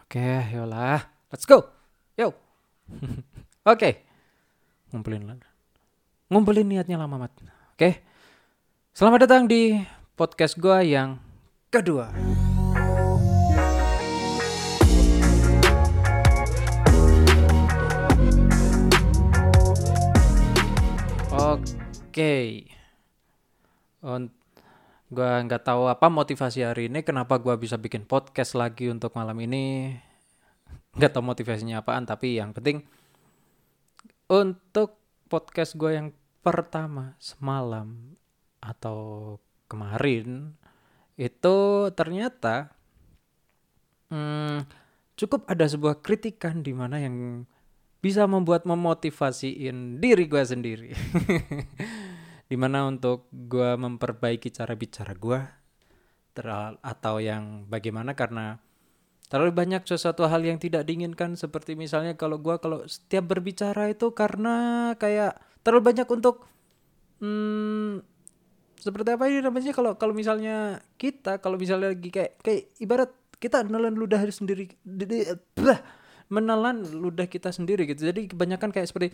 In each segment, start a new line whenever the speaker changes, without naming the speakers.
Oke, yolah. Let's go. Yo. Oke. Ngumpulin niatnya lama mat. Oke. Selamat datang di podcast gua yang kedua. Oke. Gua nggak tahu apa motivasi hari ini, kenapa gua bisa bikin podcast lagi untuk malam ini. Nggak tahu motivasinya apaan, tapi yang penting untuk podcast gue yang pertama semalam atau kemarin itu ternyata cukup ada sebuah kritikan di mana yang bisa memotivasiin diri gue sendiri. Dimana untuk gue memperbaiki cara bicara gue atau yang bagaimana, karena terlalu banyak sesuatu hal yang tidak diinginkan, seperti misalnya kalau setiap berbicara itu karena kayak terlalu banyak untuk seperti apa ini namanya, kalau misalnya lagi kayak ibarat kita menelan ludah sendiri, menelan ludah kita sendiri gitu. Jadi kebanyakan kayak seperti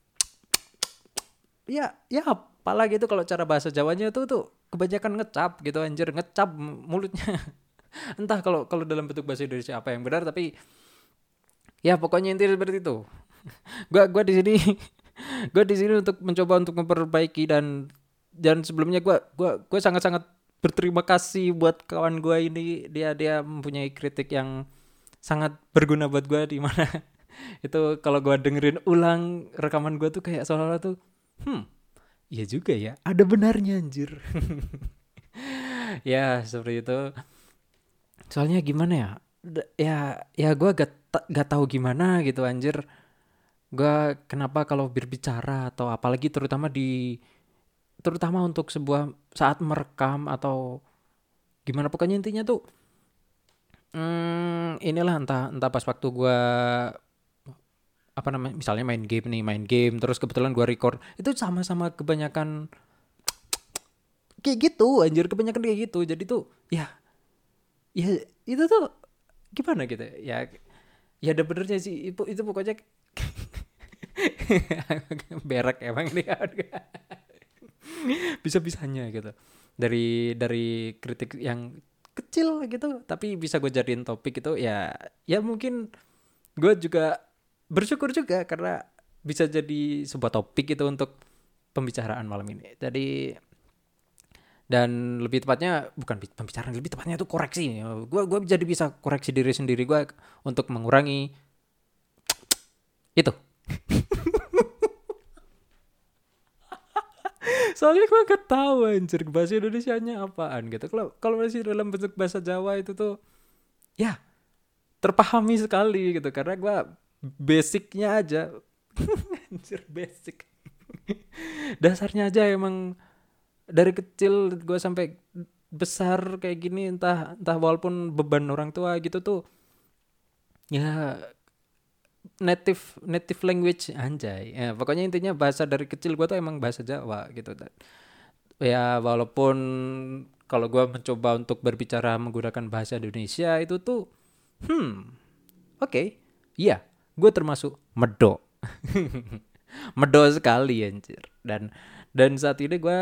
ya apalagi itu kalau cara bahasa Jawanya tuh kebanyakan ngecap gitu, anjir, ngecap mulutnya. Entah kalau dalam bentuk bahasa Indonesia apa yang benar, tapi ya pokoknya intinya seperti itu. Gua di sini untuk mencoba untuk memperbaiki, dan sebelumnya gua sangat-sangat berterima kasih buat kawan gua ini. Dia mempunyai kritik yang sangat berguna buat gua, di mana itu kalau gua dengerin ulang rekaman gua tuh kayak seolah-olah tuh iya juga ya, ada benarnya, anjir. Ya seperti itu. Soalnya gimana ya? Ya gue gak tahu gimana gitu, anjir. Gue kenapa kalau berbicara atau apalagi terutama untuk sebuah saat merekam atau gimana, pokoknya intinya tuh inilah entah pas waktu gue apa namanya, misalnya main game terus kebetulan gue record, itu sama-sama kebanyakan kayak gitu, anjir, kebanyakan kayak gitu. Jadi tuh ya itu tuh gimana gitu ya ada benernya sih itu pokoknya. Berak emang dia. Bisa-bisanya gitu, dari kritik yang kecil gitu tapi bisa gue jadiin topik itu. Ya mungkin gue juga bersyukur juga karena bisa jadi sebuah topik itu untuk pembicaraan malam ini. Dan lebih tepatnya bukan pembicaraan, lebih tepatnya itu koreksi. Gue jadi bisa koreksi diri sendiri gue untuk mengurangi itu. Soalnya gue gak tahu, anjir, bahasa Indonesianya apaan gitu. Kalau masih dalam bentuk bahasa Jawa itu tuh ya terpahami sekali gitu, karena gue basicnya aja. Anjir, basic. Dasarnya aja emang dari kecil gue sampai besar kayak gini, entah walaupun beban orang tua gitu tuh ya native language, anjay ya, pokoknya intinya bahasa dari kecil gue tuh emang bahasa Jawa gitu. Ya walaupun kalau gue mencoba untuk berbicara menggunakan bahasa Indonesia itu tuh oke, iya, gue termasuk medok. Medok sekali, anjir. Dan saat ini gue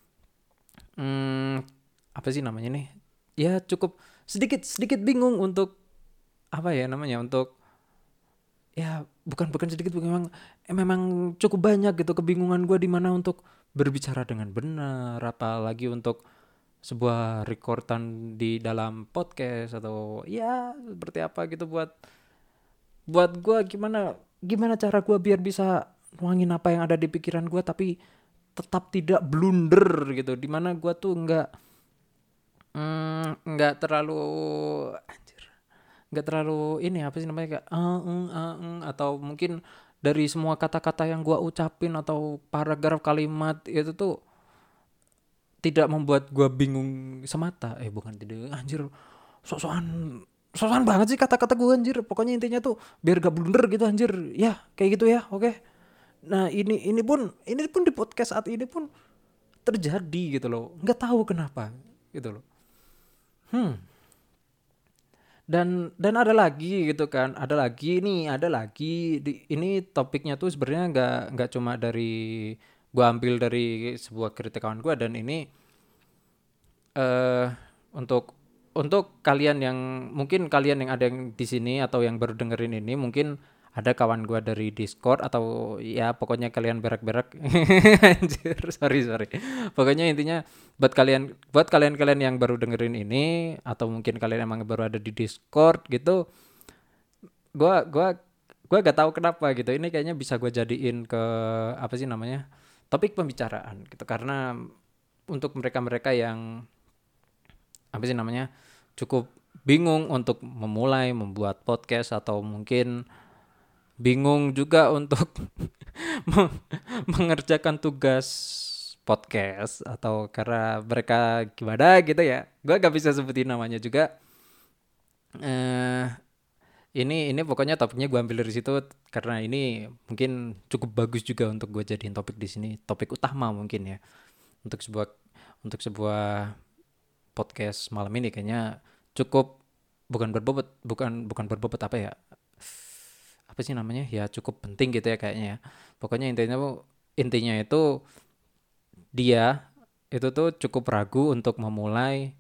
apa sih namanya nih, ya cukup sedikit bingung untuk apa ya namanya, untuk ya bukan sedikit, memang cukup banyak gitu kebingungan gue di mana untuk berbicara dengan benar, apalagi untuk sebuah rekordan di dalam podcast atau ya seperti apa gitu. Buat gue gimana cara gue biar bisa nuangin apa yang ada di pikiran gue tapi tetap tidak blunder gitu, dimana gue tuh nggak terlalu ini apa sih namanya, kayak atau mungkin dari semua kata-kata yang gue ucapin atau paragraf kalimat itu tuh tidak membuat gue bingung semata. Bukan tidak, anjir, sosokan banget sih kata-kata gue, anjir. Pokoknya intinya tuh biar gak blunder gitu, anjir. Ya kayak gitu ya, oke. Nah ini pun di podcast saat ini pun terjadi gitu loh, nggak tahu kenapa gitu loh. Dan ada lagi gitu kan, ada lagi ini topiknya tuh sebenarnya nggak cuma dari gua ambil dari sebuah kritik kawan gua, dan ini eh untuk kalian yang mungkin kalian yang ada yang di sini atau yang baru dengerin ini, mungkin ada kawan gua dari Discord atau ya pokoknya kalian berak-berak. Anjir, sorry. Pokoknya intinya buat kalian yang baru dengerin ini atau mungkin kalian emang baru ada di Discord gitu, gua gua gua gak tahu kenapa gitu. Ini kayaknya bisa gua jadiin ke apa sih namanya? Topik pembicaraan gitu, karena untuk mereka-mereka yang apa sih namanya cukup bingung untuk memulai membuat podcast atau mungkin bingung juga untuk mengerjakan tugas podcast, atau karena mereka gimana gitu ya, gue gak bisa sebutin namanya juga. eh ini pokoknya topiknya gue ambil dari situ karena ini mungkin cukup bagus juga untuk gue jadiin topik di sini, topik utama mungkin ya untuk sebuah podcast malam ini. Kayaknya cukup bukan berbobot apa ya, apa sih namanya ya, cukup penting gitu ya kayaknya ya. Pokoknya intinya itu dia itu tuh cukup ragu untuk memulai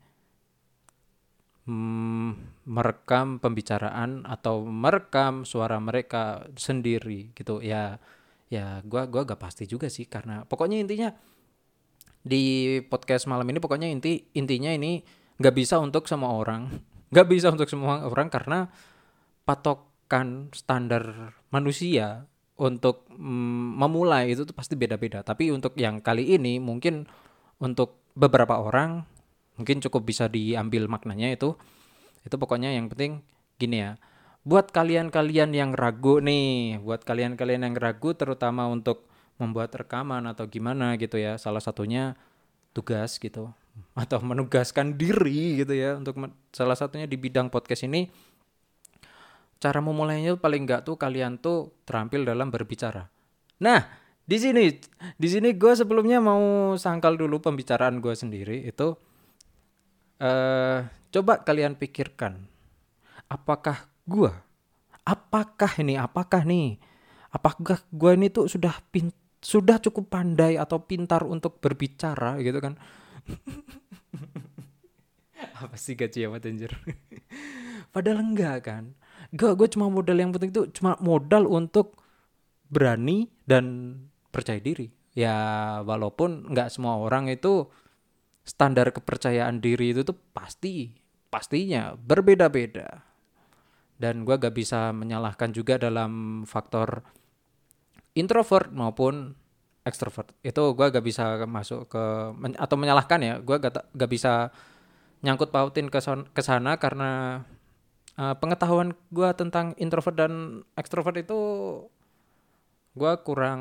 merekam pembicaraan atau merekam suara mereka sendiri gitu ya. Ya gua gak pasti juga sih, karena pokoknya intinya di podcast malam ini pokoknya intinya ini nggak bisa untuk semua orang, nggak bisa untuk semua orang, karena patokan standar manusia untuk memulai itu tuh pasti beda-beda. Tapi untuk yang kali ini mungkin untuk beberapa orang mungkin cukup bisa diambil maknanya itu pokoknya yang penting gini ya. Buat kalian-kalian yang ragu nih, buat kalian-kalian yang ragu terutama untuk membuat rekaman atau gimana gitu ya, salah satunya tugas gitu atau menugaskan diri gitu ya untuk salah satunya di bidang podcast ini, cara memulainya paling enggak tuh kalian tuh terampil dalam berbicara. Nah, di sini gue sebelumnya mau sangkal dulu pembicaraan gue sendiri itu. Coba kalian pikirkan, apakah gue, apakah gue ini tuh sudah cukup pandai atau pintar untuk berbicara gitu kan? Apa sih gaji amat anjir? Padahal enggak kan. Gue cuma modal, yang penting tuh cuma modal untuk berani dan percaya diri. Ya walaupun enggak semua orang itu standar kepercayaan diri itu tuh pastinya berbeda-beda. Dan gue gak bisa menyalahkan juga dalam faktor introvert maupun extrovert. Itu gue gak bisa masuk ke atau menyalahkan ya. Gue gak bisa nyangkut pautin ke sana karena pengetahuan gue tentang introvert dan extrovert itu gue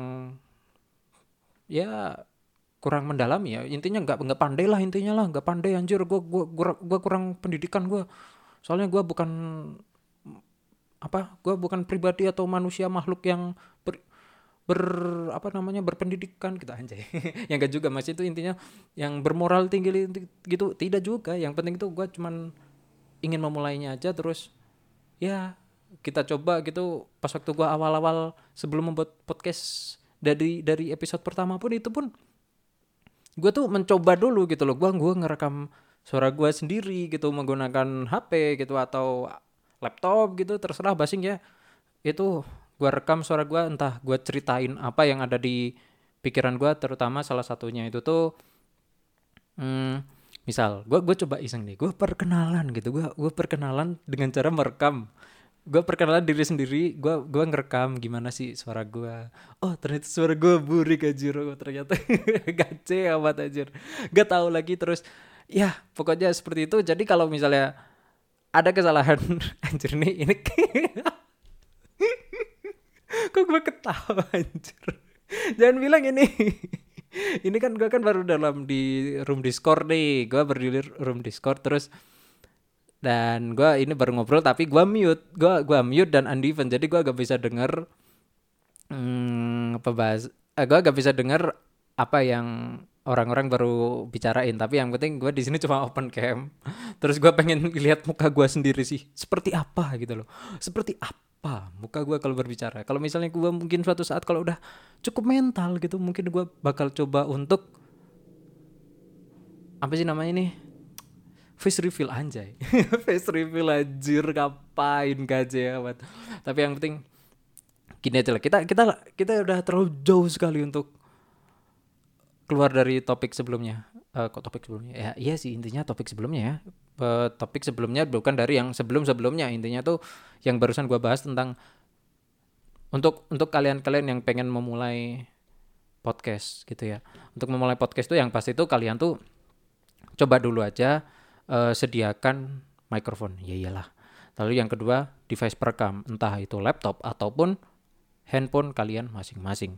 kurang mendalam ya. Intinya nggak pandai lah, nggak pandai anjir. Gue kurang pendidikan gue. Soalnya gue bukan pribadi atau manusia makhluk yang berpendidikan gitu anjay. Yang enggak juga, masih itu intinya yang bermoral tinggi gitu, tidak juga. Yang penting itu gue cuman ingin memulainya aja, terus ya kita coba gitu. Pas waktu gue awal-awal sebelum membuat podcast dari episode pertama pun itu pun gue tuh mencoba dulu gitu loh. Gue ngerekam suara gue sendiri gitu menggunakan HP gitu atau laptop gitu, terserah basing ya. Itu gue rekam suara gue, entah gue ceritain apa yang ada di pikiran gue, terutama salah satunya itu tuh misal gue coba iseng nih, gue perkenalan dengan cara merekam. Gue perkenalan diri sendiri, gue ngerekam gimana sih suara gue. Oh ternyata suara gue burik anjir, ternyata gace amat anjir, gak tahu lagi. Terus ya pokoknya seperti itu. Jadi kalau misalnya ada kesalahan anjir nih, ini kok gue ketawa anjir, jangan bilang ini. Ini kan gue kan baru di room Discord nih, gue baru di room Discord terus, dan gue ini baru ngobrol tapi gue mute dan uneven, jadi gue gak bisa denger gue gak bisa denger apa yang orang-orang baru bicarain, tapi yang penting gue di sini cuma open cam. Terus gue pengen lihat muka gue sendiri sih, seperti apa gitu loh, seperti apa muka gue kalau berbicara. Kalau misalnya gue mungkin suatu saat kalau udah cukup mental gitu, mungkin gue bakal coba untuk apa sih namanya nih, face reveal anjay. Face reveal anjir, ngapain gaje amat. Tapi yang penting gini aja lah, kita udah terlalu jauh sekali untuk keluar dari topik sebelumnya. Kok topik sebelumnya? Ya iya sih, intinya topik sebelumnya ya. Topik sebelumnya bukan dari yang sebelumnya. Intinya tuh yang barusan gua bahas tentang untuk kalian-kalian yang pengen memulai podcast gitu ya. Untuk memulai podcast tuh yang pasti tuh kalian tuh coba dulu aja sediakan mikrofon. Ya iyalah. Lalu yang kedua, device perekam, entah itu laptop ataupun handphone kalian masing-masing.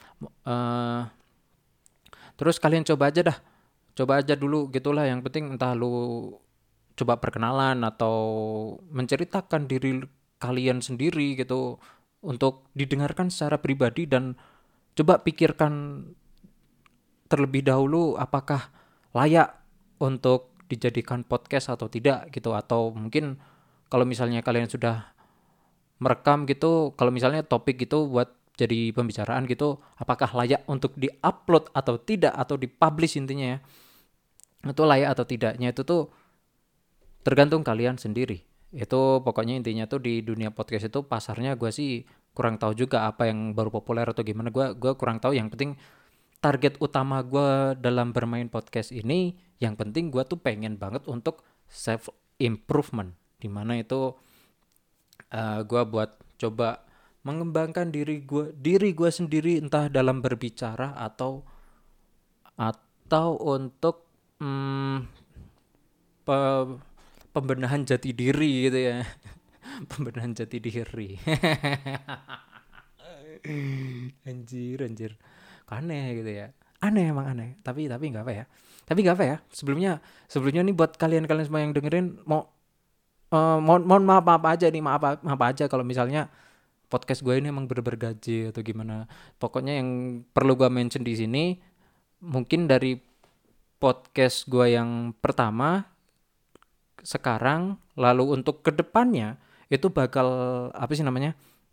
Terus kalian coba aja dulu gitulah. Yang penting entah lu coba perkenalan atau menceritakan diri kalian sendiri gitu untuk didengarkan secara pribadi, dan coba pikirkan terlebih dahulu apakah layak untuk dijadikan podcast atau tidak gitu. Atau mungkin kalau misalnya kalian sudah merekam gitu, kalau misalnya topik gitu buat jadi pembicaraan gitu, apakah layak untuk diupload atau tidak, atau dipublish intinya ya. Itu layak atau tidaknya itu tuh tergantung kalian sendiri. Itu pokoknya intinya tuh di dunia podcast itu pasarnya gue sih kurang tahu juga apa yang baru populer atau gimana, gue kurang tahu. Yang penting target utama gue dalam bermain podcast ini, yang penting gue tuh pengen banget untuk self improvement, dimana itu gue buat coba mengembangkan diri gue sendiri, entah dalam berbicara atau untuk pembenahan jati diri gitu ya. Pembenahan jati diri. anjir aneh gitu ya, emang aneh, tapi nggak apa ya, sebelumnya nih buat kalian semua yang dengerin, mohon maaf aja nih, maaf aja kalau misalnya podcast gue ini emang bergaji atau gimana. Pokoknya yang perlu gue mention di sini, mungkin dari podcast gue yang pertama sekarang, lalu untuk kedepannya itu bakal apa sih namanya,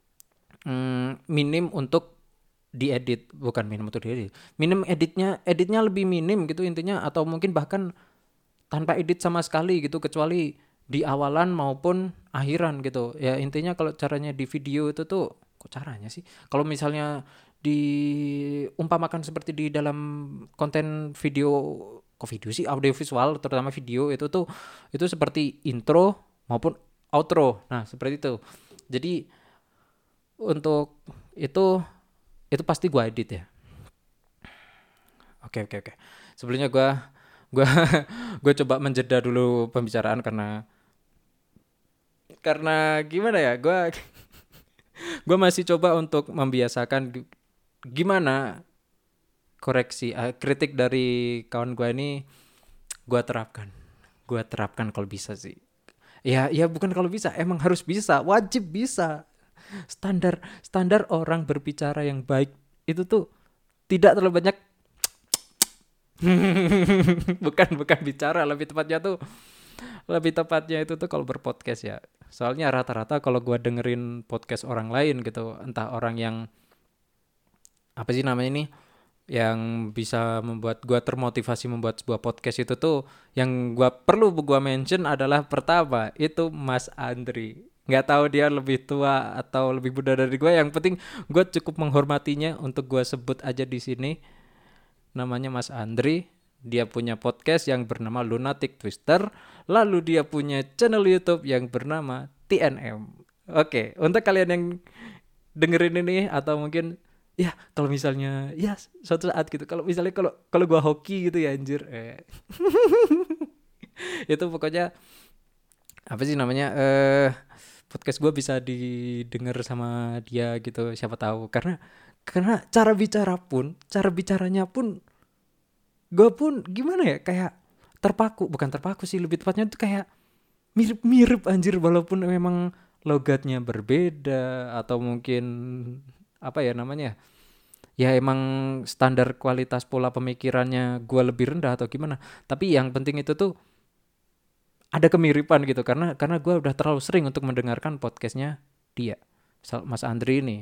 minim untuk diedit, bukan minim untuk diedit, minim editnya lebih minim gitu intinya, atau mungkin bahkan tanpa edit sama sekali gitu, kecuali di awalan maupun akhiran gitu ya. Intinya kalau caranya di video itu tuh, kok caranya sih, kalau misalnya diumpamakan seperti di dalam konten video, kok video sih, audio visual terutama video itu tuh, itu seperti intro maupun outro, nah seperti itu. Jadi untuk itu pasti gue edit ya. Oke. Sebelumnya gue gue coba menjeda dulu pembicaraan karena gimana ya, gue masih coba untuk membiasakan gimana koreksi kritik dari kawan gue ini gue terapkan kalau bisa sih. Ya bukan kalau bisa, emang harus bisa, wajib bisa. Standar orang berbicara yang baik itu tuh tidak terlalu banyak bukan bicara, lebih tepatnya itu tuh kalau berpodcast ya. Soalnya rata-rata kalau gue dengerin podcast orang lain gitu, entah orang yang apa sih namanya nih, yang bisa membuat gue termotivasi membuat sebuah podcast itu tuh, yang perlu gue mention adalah pertama itu Mas Andri. Nggak tahu dia lebih tua atau lebih muda dari gue, yang penting gue cukup menghormatinya untuk gue sebut aja di sini. Namanya Mas Andri. Dia punya podcast yang bernama Lunatic Twister. Lalu dia punya channel YouTube yang bernama TNM. Oke, untuk kalian yang dengerin ini, atau mungkin ya kalau misalnya ya suatu saat gitu, kalau misalnya kalau gue hoki gitu ya anjir, itu pokoknya apa sih namanya, podcast gue bisa didengar sama dia gitu, siapa tahu. Karena cara bicaranya pun gue pun gimana ya, kayak bukan terpaku sih, lebih tepatnya tuh kayak mirip anjir, walaupun memang logatnya berbeda atau mungkin apa ya namanya, ya emang standar kualitas pola pemikirannya gue lebih rendah atau gimana. Tapi yang penting itu tuh ada kemiripan gitu, karena gue udah terlalu sering untuk mendengarkan podcastnya dia, Mas Andri ini.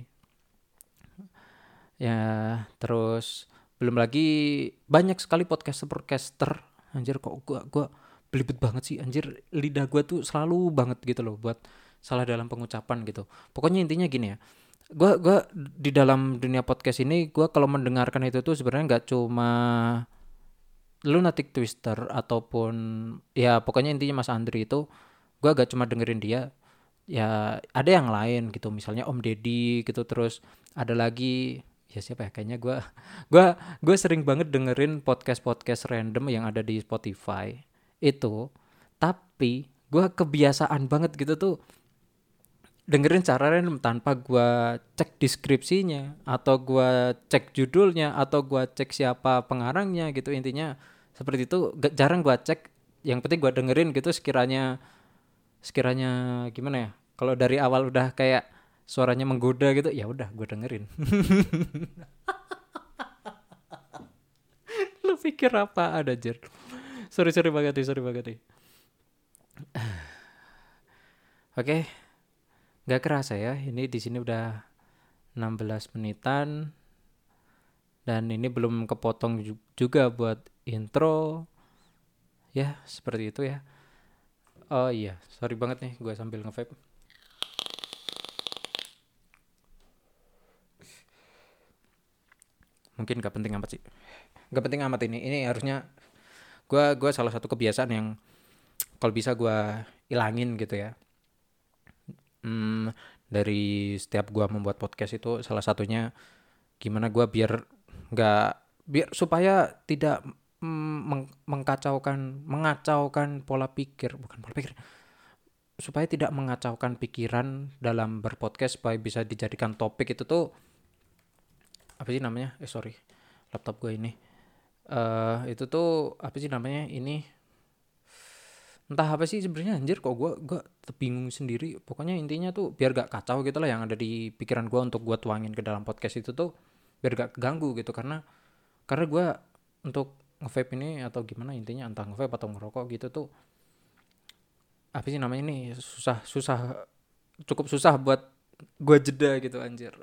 Ya, terus belum lagi banyak sekali podcaster anjir, kok gua belibet banget sih anjir, lidah gua tuh selalu banget gitu loh buat salah dalam pengucapan gitu. Pokoknya intinya gini ya, gua di dalam dunia podcast ini gua kalau mendengarkan itu tuh sebenarnya nggak cuma Lunatic Twister ataupun ya pokoknya intinya Mas Andri itu gua gak cuma dengerin dia, ya ada yang lain gitu, misalnya Om Deddy gitu. Terus ada lagi, ya siapa ya, kayaknya gue sering banget dengerin podcast random yang ada di Spotify itu. Tapi gue kebiasaan banget gitu tuh dengerin secara random tanpa gue cek deskripsinya atau gue cek judulnya atau gue cek siapa pengarangnya gitu. Intinya seperti itu, jarang gue cek, yang penting gue dengerin gitu. Sekiranya gimana ya, kalau dari awal udah kayak suaranya menggoda gitu, ya udah gue dengerin. Lu pikir apa ada Jer? Sorry banget nih. Oke, nggak kerasa ya, ini di sini udah 16 menitan dan ini belum kepotong juga buat intro. Ya seperti itu ya. Oh iya, sorry banget nih gue sambil nge-vape. Mungkin gak penting amat sih. Gak penting amat ini harusnya gue salah satu kebiasaan yang kalau bisa gue ilangin gitu ya. Dari setiap gue membuat podcast itu salah satunya gimana gue biar supaya tidak mengacaukan pola pikir, bukan pola pikir, supaya tidak mengacaukan pikiran dalam berpodcast, supaya bisa dijadikan topik. Itu tuh apa sih namanya, sorry laptop gue ini, itu tuh apa sih namanya ini, entah apa sih sebenarnya anjir, kok gue bingung sendiri. Pokoknya intinya tuh biar gak kacau gitu lah yang ada di pikiran gue untuk gue tuangin ke dalam podcast itu tuh, biar gak keganggu gitu. Karena gue untuk nge-vape ini atau gimana, intinya entah nge-vape atau ngerokok gitu tuh apa sih namanya ini, susah cukup susah buat gue jeda gitu anjir.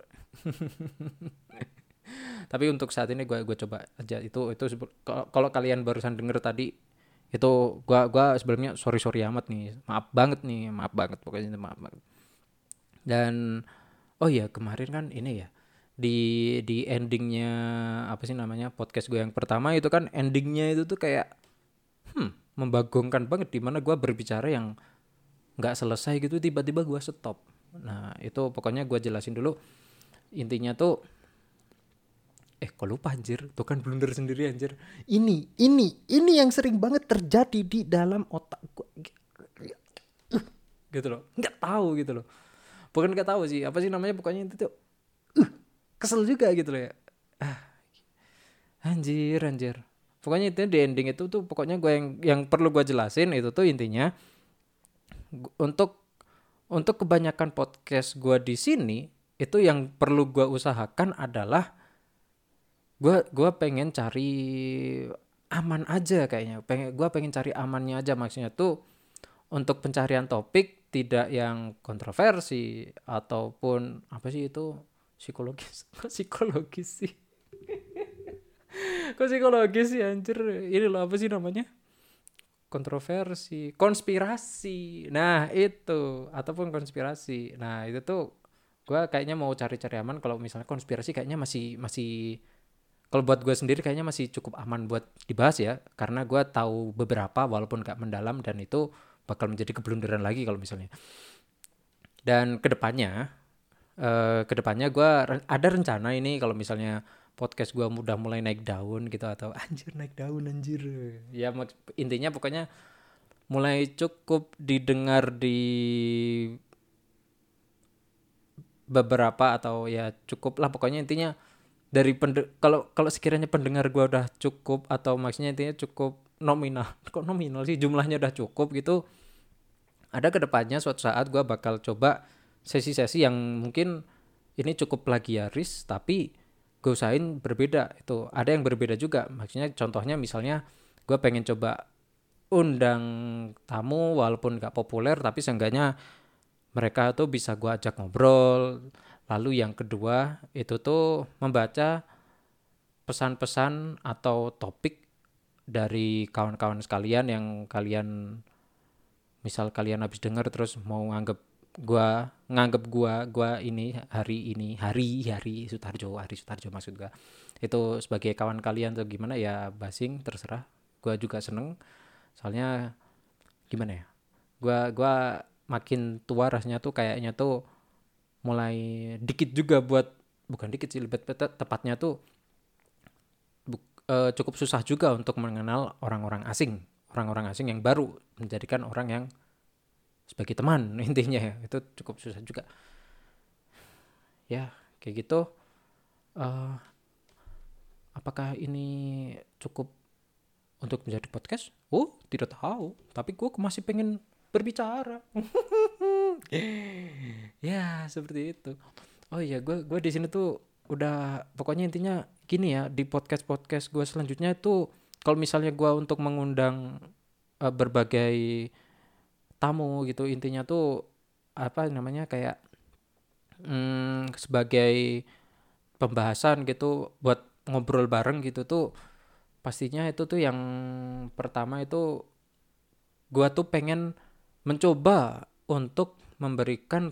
Tapi untuk saat ini gue coba aja itu. Kalau kalian barusan denger tadi itu, gua sebelumnya sorry amat nih, maaf banget pokoknya, maaf banget. Dan oh iya, kemarin kan ini ya, di endingnya apa sih namanya podcast gue yang pertama itu kan, endingnya itu tuh kayak membagongkan banget, dimana gue berbicara yang nggak selesai gitu, tiba-tiba gue stop. Nah itu pokoknya gue jelasin dulu intinya tuh. Kok lupa anjir, tuh kan blunder sendiri anjir. Ini yang sering banget terjadi di dalam otak gue gitu loh, nggak tahu gitu loh, bukan nggak tahu sih, apa sih namanya, pokoknya itu tuh kesel juga gitu loh ya. Anjir, pokoknya itu di ending itu tuh, pokoknya gue yang perlu gue jelasin itu tuh intinya, untuk kebanyakan podcast gue di sini itu yang perlu gue usahakan adalah gue pengen cari aman aja kayaknya, gue pengen cari amannya aja. Maksudnya tuh untuk pencarian topik tidak yang kontroversi ataupun apa sih itu, psikologis. Psikologis sih. Kok psikologis sih anjir, ini loh apa sih namanya, kontroversi, konspirasi, nah itu, ataupun konspirasi. Nah itu tuh gue kayaknya mau cari-cari aman. Kalau misalnya konspirasi kayaknya masih kalau buat gue sendiri kayaknya masih cukup aman buat dibahas ya, karena gue tahu beberapa walaupun gak mendalam, dan itu bakal menjadi keblunderan lagi kalau misalnya. Dan kedepannya gue ada rencana ini, kalau misalnya podcast gue udah mulai naik daun gitu, atau anjir naik daun anjir ya, intinya pokoknya mulai cukup didengar di beberapa, atau ya cukup lah pokoknya. Intinya dari kalau kalau sekiranya pendengar gue udah cukup, atau maksudnya intinya cukup nominal, kok nominal sih, jumlahnya udah cukup gitu, ada kedepannya suatu saat gue bakal coba sesi-sesi yang mungkin ini cukup plagiaris, tapi gue usahain berbeda. Itu ada yang berbeda juga, maksudnya contohnya misalnya gue pengen coba undang tamu walaupun gak populer, tapi seenggaknya mereka tuh bisa gue ajak ngobrol. Lalu yang kedua itu tuh membaca pesan-pesan atau topik dari kawan-kawan sekalian yang kalian, misal kalian habis denger terus mau nganggep gua hari Sutarjo maksud gua itu sebagai kawan kalian tuh gimana ya, basing terserah. Gua juga seneng soalnya gimana ya, gua makin tua rasanya tuh kayaknya tuh mulai dikit juga buat, bukan dikit sih lebih tepatnya tuh cukup susah juga untuk mengenal orang-orang asing yang baru, menjadikan orang yang sebagai teman intinya ya, itu cukup susah juga ya kayak gitu. Eh, apakah ini cukup untuk menjadi podcast? Oh, tidak tahu, tapi gue masih pengen berbicara. Ya seperti itu. Oh iya, gue di sini tuh udah, pokoknya intinya gini ya, di podcast podcast gue selanjutnya itu kalau misalnya gue untuk mengundang berbagai tamu gitu, intinya tuh apa namanya kayak sebagai pembahasan gitu buat ngobrol bareng gitu tuh, pastinya itu tuh yang pertama itu gua tuh pengen mencoba untuk memberikan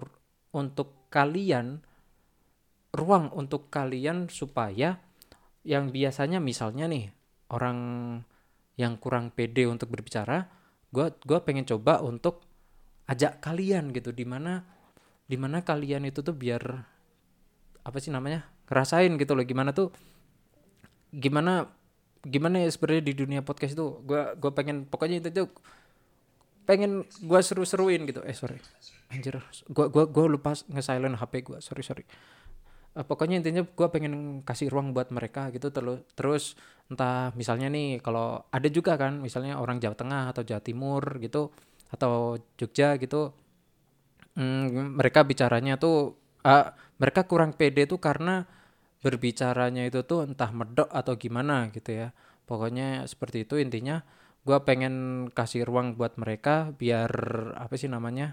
ruang untuk kalian supaya yang biasanya misalnya nih orang yang kurang pede untuk berbicara, gua pengen coba untuk ajak kalian gitu, dimana kalian itu tuh biar apa sih namanya, ngerasain gitu loh gimana tuh, gimana gimana ya sebenarnya di dunia podcast itu. Gua pengen, pokoknya itu tuh pengen gua seru-seruin gitu. Sorry anjir, gua lupa nge-silent HP gua, sorry. Pokoknya intinya gua pengen kasih ruang buat mereka gitu. Terus entah misalnya nih kalau ada juga kan misalnya orang Jawa Tengah atau Jawa Timur gitu atau Jogja gitu, mereka bicaranya tuh mereka kurang pede tuh karena berbicaranya itu tuh entah medok atau gimana gitu ya. Pokoknya seperti itu intinya. Gue pengen kasih ruang buat mereka biar apa sih namanya?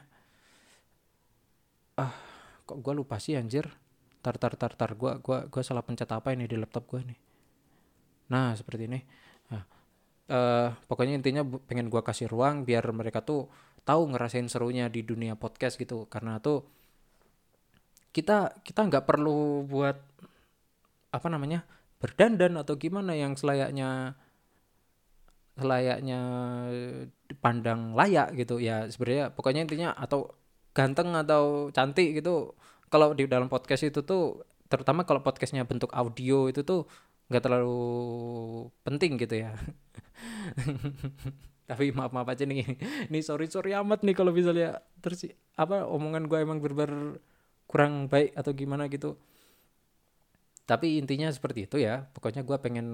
Kok gue lupa sih anjir. Tar. Gue salah pencet apa ini di laptop gue nih. Nah seperti ini. Nah, pokoknya intinya pengen gue kasih ruang biar mereka tuh tahu ngerasain serunya di dunia podcast gitu. Karena tuh kita nggak perlu buat apa namanya berdandan atau gimana yang selayaknya dipandang layak gitu ya sebenarnya. Pokoknya intinya atau ganteng atau cantik gitu, kalau di dalam podcast itu tuh, terutama kalau podcastnya bentuk audio itu tuh nggak terlalu penting gitu ya. Tapi maaf aja nih, ini sorry amat nih kalau misalnya terus apa omongan gue emang berber kurang baik atau gimana gitu. Tapi intinya seperti itu ya. Pokoknya gue pengen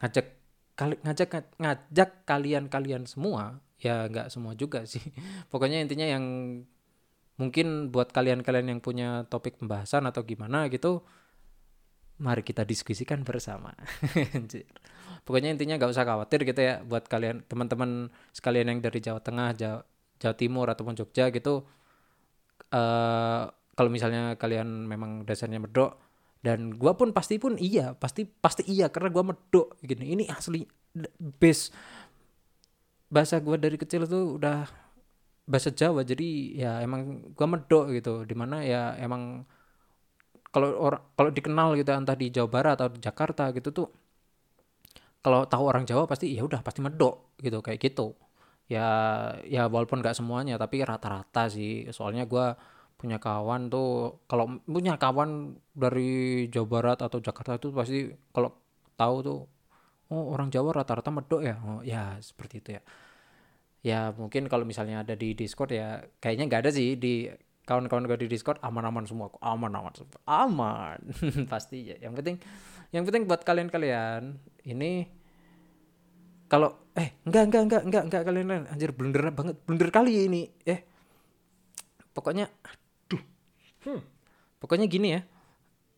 ngajak kalian semua, ya nggak semua juga sih. Pokoknya intinya yang mungkin buat kalian yang punya topik pembahasan atau gimana gitu, mari kita diskusikan bersama. Pokoknya intinya nggak usah khawatir gitu ya buat kalian teman-teman sekalian yang dari Jawa Tengah, Jawa Timur ataupun Jogja gitu. eh Kalau misalnya kalian memang dasarnya medok, dan gua pun pasti iya karena gua medok gini, ini asli base bahasa gua dari kecil tuh udah bahasa Jawa, jadi ya emang gua medok gitu, dimana ya emang kalau dikenal gitu entah di Jawa Barat atau di Jakarta gitu tuh, kalau tahu orang Jawa pasti ya udah pasti medok gitu kayak gitu ya. Ya walaupun nggak semuanya tapi rata-rata sih, soalnya gua punya kawan tuh, kalau punya kawan dari Jawa Barat atau Jakarta tuh pasti kalau tahu tuh, oh orang Jawa rata-rata medok ya. Oh ya seperti itu ya. Ya mungkin kalau misalnya ada di Discord ya kayaknya nggak ada sih, di kawan-kawan gue di Discord aman-aman semua, aman pasti ya. Yang penting buat kalian ini, kalau enggak kalian anjir, blunder kali ini. Pokoknya pokoknya gini ya.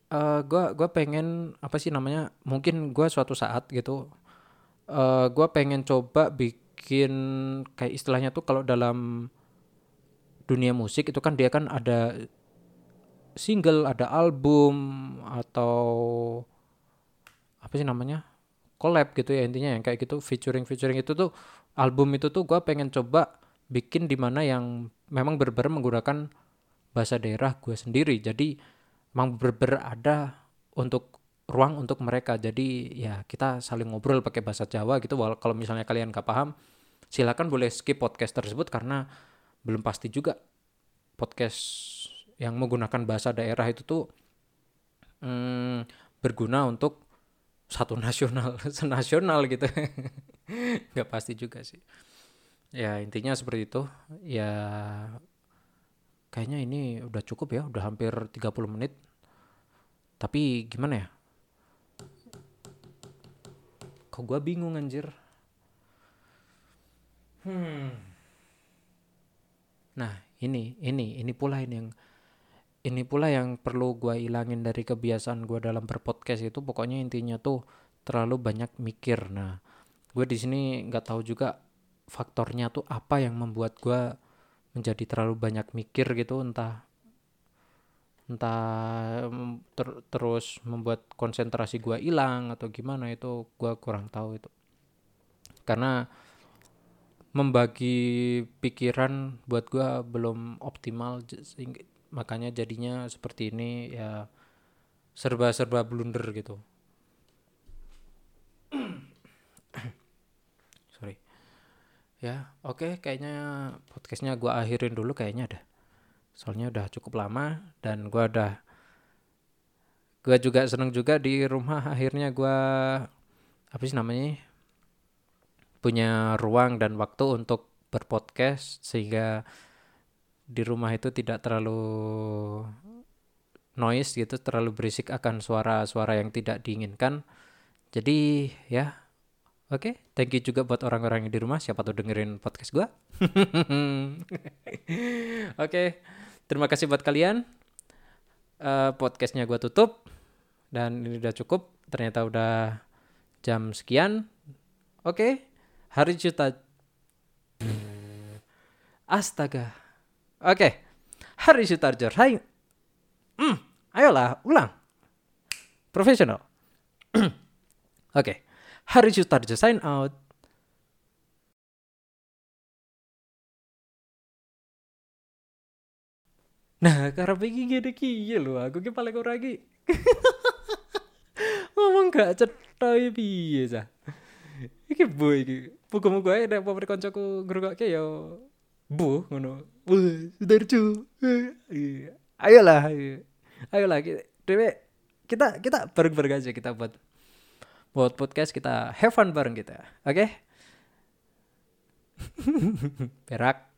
Gua pengen apa sih namanya? Mungkin gua suatu saat gitu gua pengen coba bikin kayak istilahnya tuh kalau dalam dunia musik itu kan dia kan ada single, ada album atau apa sih namanya? Collab gitu ya intinya yang kayak gitu featuring itu tuh album itu tuh gua pengen coba bikin di mana yang memang bener-bener menggunakan bahasa daerah gue sendiri. Jadi emang bener-bener ada untuk ruang untuk mereka. Jadi ya kita saling ngobrol pakai bahasa Jawa gitu. Kalau misalnya kalian gak paham, silakan boleh skip podcast tersebut karena belum pasti juga podcast yang menggunakan bahasa daerah itu tuh hmm, berguna untuk satu nasional, senasional gitu. Gak pasti juga sih. Ya intinya seperti itu. Ya kayaknya ini udah cukup ya, udah hampir 30 menit. Tapi gimana ya? Kok gue bingung anjir. Nah, ini pula yang perlu gue ilangin dari kebiasaan gue dalam berpodcast itu. Pokoknya intinya tuh terlalu banyak mikir. Nah, gue di sini nggak tahu juga faktornya tuh apa yang membuat gue menjadi terlalu banyak mikir gitu. Entah entah terus membuat konsentrasi gue hilang atau gimana itu gue kurang tahu itu. Karena membagi pikiran buat gua belum optimal makanya jadinya seperti ini ya serba-serba blunder gitu. Sorry. Ya, oke, kayaknya podcastnya gua akhirin dulu kayaknya dah. Soalnya udah cukup lama dan gua juga seneng juga di rumah akhirnya gua apa sih namanya? Punya ruang dan waktu untuk berpodcast sehingga di rumah itu tidak terlalu noise gitu, terlalu berisik akan suara-suara yang tidak diinginkan. Jadi ya, oke, thank you juga buat orang-orang yang di rumah, siapa tuh dengerin podcast gua. Oke, terima kasih buat kalian. Podcastnya gua tutup dan ini udah cukup. Ternyata udah jam sekian. Oke, hari juta. Astaga. Oke, hari Sutarjo. Hai. Ayolah, ulang. Profesional. Oke. Hari Sutarjo sign out. Nah, karena begini gini kiye lho, aku ki paling ora ki ngomong gak cetha piye sah. Iki bu iki. Muga-muga ae nek pamane kancaku ngrungokke ya bu ngono. Wah, Sudarjo. Ayolah. Ayolah dewe kita kita bareng-bareng aja kita buat podcast kita have fun bareng kita. Oke? Perak.